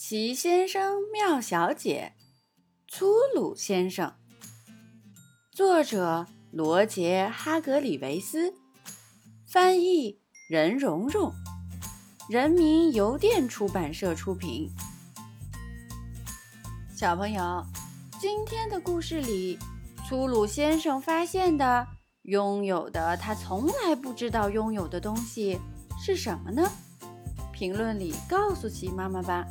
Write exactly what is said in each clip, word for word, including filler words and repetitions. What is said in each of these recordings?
奇先生妙小姐，粗鲁先生。作者罗杰·哈格里维斯，翻译任蓉蓉，人民邮电出版社出品。小朋友，今天的故事里，粗鲁先生发现的拥有的他从来不知道拥有的东西是什么呢？评论里告诉奇妈妈吧。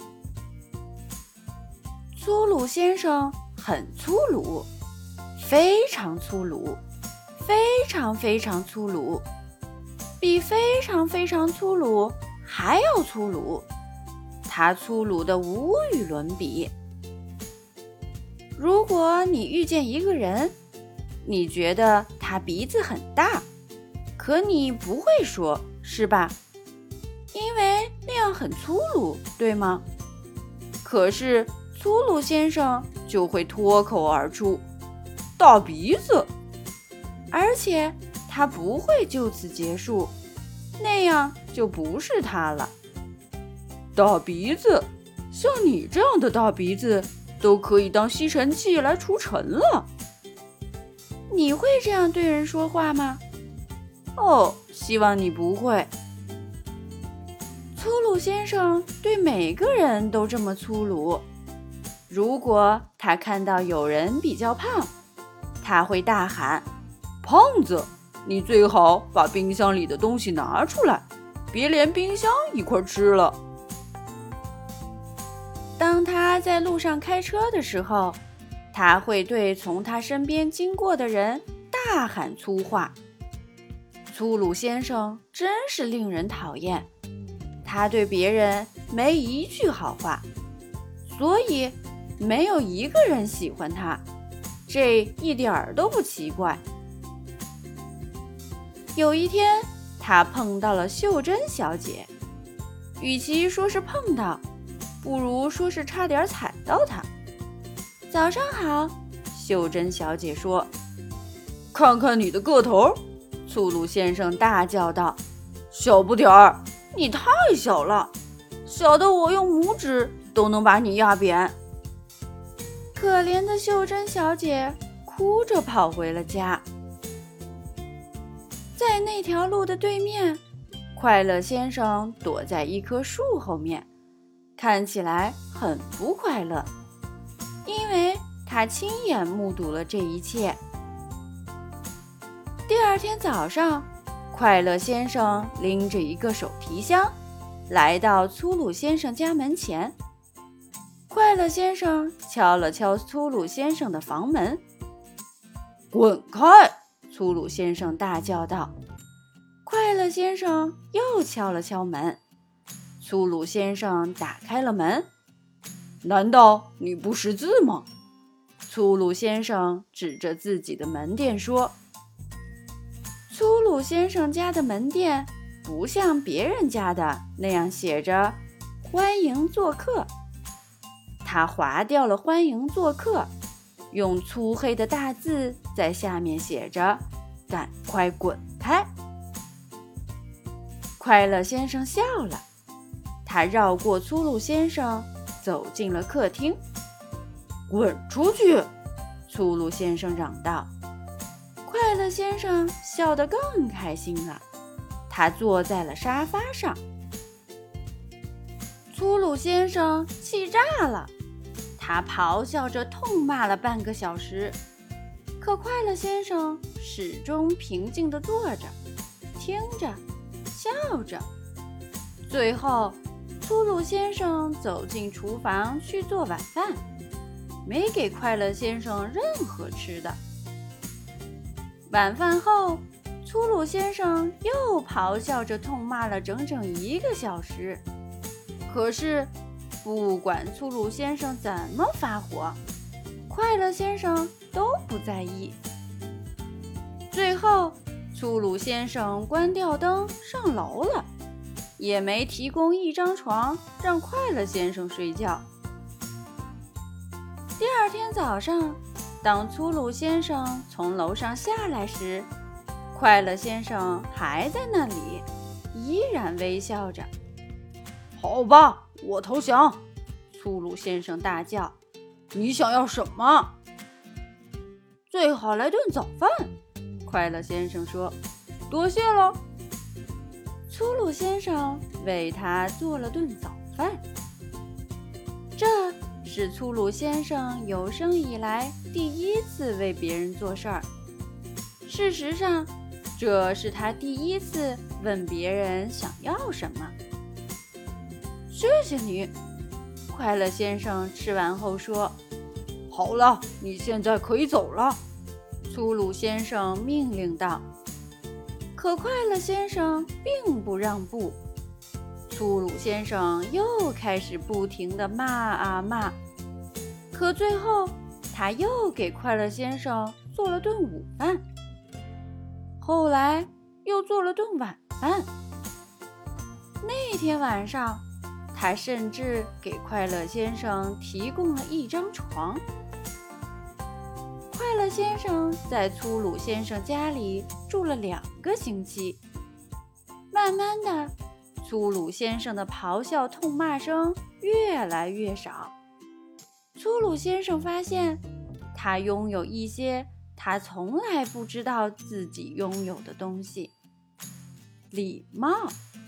粗鲁先生很粗鲁，非常粗鲁，非常非常粗鲁，比非常非常粗鲁还要粗鲁，他粗鲁得无与伦比。如果你遇见一个人，你觉得他鼻子很大，可你不会说，是吧？因为那样很粗鲁，对吗？可是粗鲁先生就会脱口而出，大鼻子，而且他不会就此结束，那样就不是他了。大鼻子，像你这样的大鼻子都可以当吸尘器来除尘了。你会这样对人说话吗？哦，希望你不会。粗鲁先生对每个人都这么粗鲁。如果他看到有人比较胖，他会大喊：胖子，你最好把冰箱里的东西拿出来，别连冰箱一块吃了。当他在路上开车的时候，他会对从他身边经过的人大喊粗话。粗鲁先生真是令人讨厌，他对别人没一句好话，所以没有一个人喜欢他，这一点儿都不奇怪。有一天，他碰到了秀珍小姐，与其说是碰到，不如说是差点踩到她。早上好，秀珍小姐说。看看你的个头，粗鲁先生大叫道，小不点儿，你太小了，小的我用拇指都能把你压扁。可怜的秀珍小姐哭着跑回了家。在那条路的对面，快乐先生躲在一棵树后面，看起来很不快乐，因为他亲眼目睹了这一切。第二天早上，快乐先生拎着一个手提箱，来到粗鲁先生家门前。快乐先生敲了敲粗鲁先生的房门。滚开！粗鲁先生大叫道。快乐先生又敲了敲门。粗鲁先生打开了门。难道你不识字吗？粗鲁先生指着自己的门店说。粗鲁先生家的门店不像别人家的那样写着欢迎做客。他划掉了欢迎做客，用粗黑的大字在下面写着赶快滚开。快乐先生笑了，他绕过粗鲁先生，走进了客厅。滚出去！粗鲁先生嚷道。快乐先生笑得更开心了，他坐在了沙发上。粗鲁先生气炸了，他咆哮着痛骂了半个小时，可快乐先生始终平静地坐着，听着，笑着。最后，粗鲁先生走进厨房去做晚饭，没给快乐先生任何吃的。晚饭后，粗鲁先生又咆哮着痛骂了整整一个小时，可是不管粗鲁先生怎么发火，快乐先生都不在意。最后，粗鲁先生关掉灯上楼了，也没提供一张床让快乐先生睡觉。第二天早上，当粗鲁先生从楼上下来时，快乐先生还在那里，依然微笑着。好吧，我投降， 粗鲁先生大叫：“你想要什么？”“最好来顿早饭。”快乐先生说。“多谢了。”粗鲁先生为他做了顿早饭。这是粗鲁先生有生以来第一次为别人做事儿。事实上，这是他第一次问别人想要什么。“谢谢你。”快乐先生吃完后说。“好了，你现在可以走了。”粗鲁先生命令道。可快乐先生并不让步。粗鲁先生又开始不停地骂啊骂。可最后，他又给快乐先生做了顿午饭。后来又做了顿晚饭。那天晚上，他甚至给快乐先生提供了一张床。快乐先生在粗鲁先生家里住了两个星期。慢慢的，粗鲁先生的咆哮痛骂声越来越少。粗鲁先生发现，他拥有一些他从来不知道自己拥有的东西——礼貌。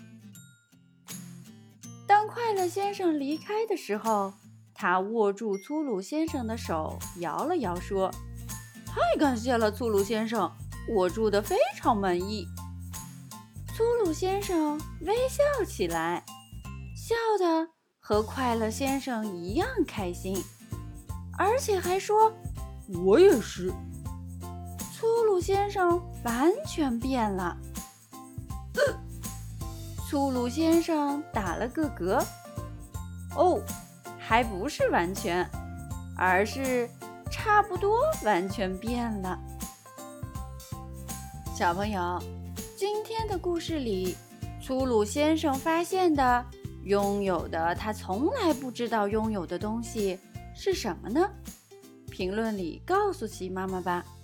当快乐先生离开的时候，他握住粗鲁先生的手，摇了摇，说：“太感谢了，粗鲁先生，我住得非常满意。”粗鲁先生微笑起来，笑得和快乐先生一样开心，而且还说：“我也是。”粗鲁先生完全变了。呃、粗鲁先生打了个嗝。哦，还不是完全，而是差不多完全变了。小朋友，今天的故事里，粗鲁先生发现的拥有的他从来不知道拥有的东西是什么呢？评论里告诉奇妈妈吧。